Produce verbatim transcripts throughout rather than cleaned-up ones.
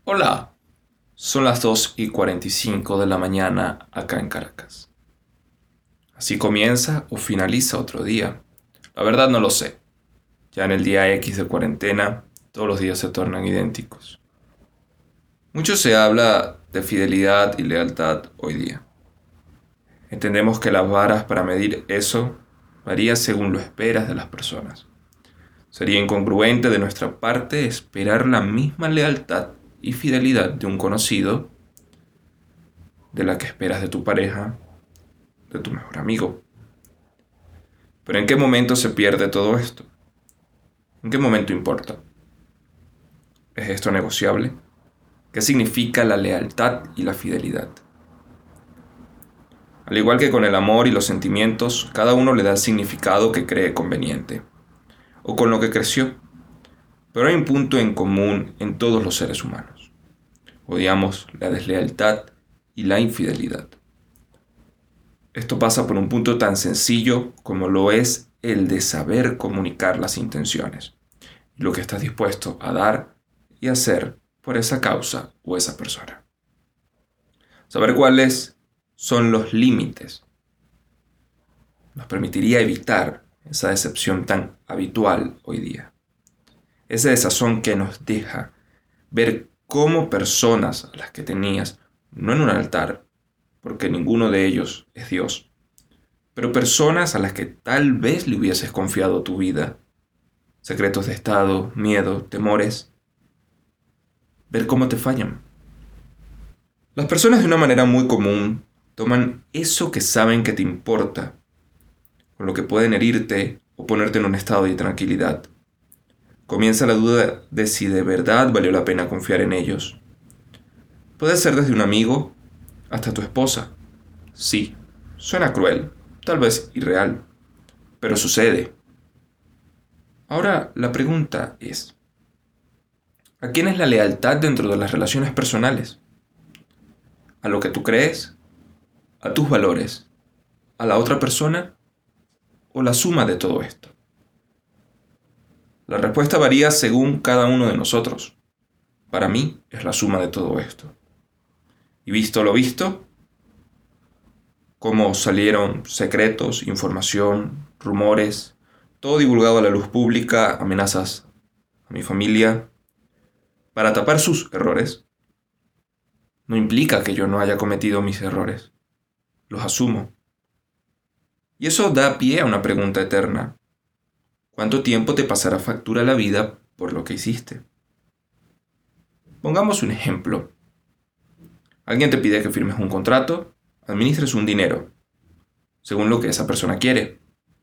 Hola, son las dos y cuarenta y cinco de la mañana acá en Caracas. ¿Así comienza o finaliza otro día? La verdad no lo sé. Ya en el día X de cuarentena, todos los días se tornan idénticos. Mucho se habla de fidelidad y lealtad hoy día. Entendemos que las varas para medir eso varían según lo esperas de las personas. Sería incongruente de nuestra parte esperar la misma lealtad y fidelidad de un conocido de la que esperas de tu pareja, de tu mejor amigo. Pero ¿en qué momento se pierde todo esto? ¿En qué momento importa? ¿Es esto negociable? ¿Qué significa la lealtad y la fidelidad? Al igual que con el amor y los sentimientos, cada uno le da el significado que cree conveniente, o con lo que creció. Pero hay un punto en común en todos los seres humanos. Odiamos la deslealtad y la infidelidad. Esto pasa por un punto tan sencillo como lo es el de saber comunicar las intenciones, y lo que estás dispuesto a dar y hacer por esa causa o esa persona. Saber cuáles son los límites nos permitiría evitar esa decepción tan habitual hoy día. Ese desazón que nos deja ver cómo personas a las que tenías, no en un altar, porque ninguno de ellos es Dios, pero personas a las que tal vez le hubieses confiado tu vida, secretos de estado, miedo, temores, ver cómo te fallan. Las personas de una manera muy común toman eso que saben que te importa, con lo que pueden herirte o ponerte en un estado de tranquilidad. Comienza la duda de si de verdad valió la pena confiar en ellos. Puede ser desde un amigo hasta tu esposa. Sí, suena cruel, tal vez irreal, pero sucede. Ahora la pregunta es, ¿a quién es la lealtad dentro de las relaciones personales? ¿A lo que tú crees? ¿A tus valores? ¿A la otra persona? ¿O la suma de todo esto? La respuesta varía según cada uno de nosotros. Para mí es la suma de todo esto. Y visto lo visto, cómo salieron secretos, información, rumores, todo divulgado a la luz pública, amenazas a mi familia, para tapar sus errores, no implica que yo no haya cometido mis errores. Los asumo. Y eso da pie a una pregunta eterna. ¿Cuánto tiempo te pasará factura la vida por lo que hiciste? Pongamos un ejemplo. Alguien te pide que firmes un contrato, administres un dinero, según lo que esa persona quiere.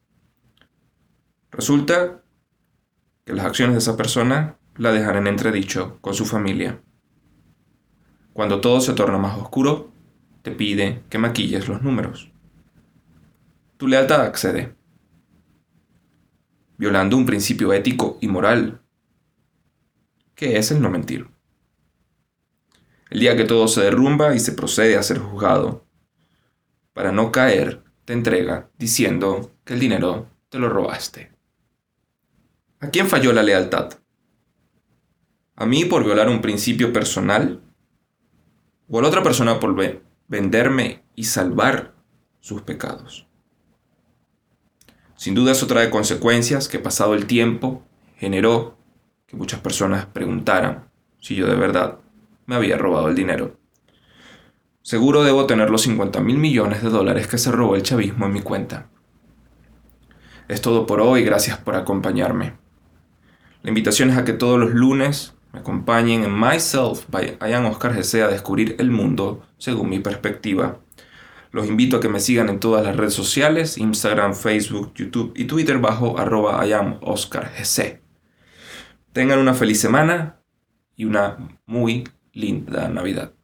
Resulta que las acciones de esa persona la dejan en entredicho con su familia. Cuando todo se torna más oscuro, te pide que maquilles los números. Tu lealtad accede, violando un principio ético y moral, que es el no mentir. El día que todo se derrumba y se procede a ser juzgado, para no caer, te entrega diciendo que el dinero te lo robaste. ¿A quién falló la lealtad? ¿A mí por violar un principio personal? ¿O a la otra persona por ve- venderme y salvar sus pecados? Sin duda eso trae consecuencias que pasado el tiempo generó que muchas personas preguntaran si yo de verdad me había robado el dinero. Seguro debo tener los cincuenta mil millones de dólares que se robó el chavismo en mi cuenta. Es todo por hoy, gracias por acompañarme. La invitación es a que todos los lunes me acompañen en Myself by I am Oscar G C a descubrir el mundo según mi perspectiva. Los invito a que me sigan en todas las redes sociales, Instagram, Facebook, YouTube y Twitter bajo arroba I am Oscar G C. Tengan una feliz semana y una muy linda Navidad.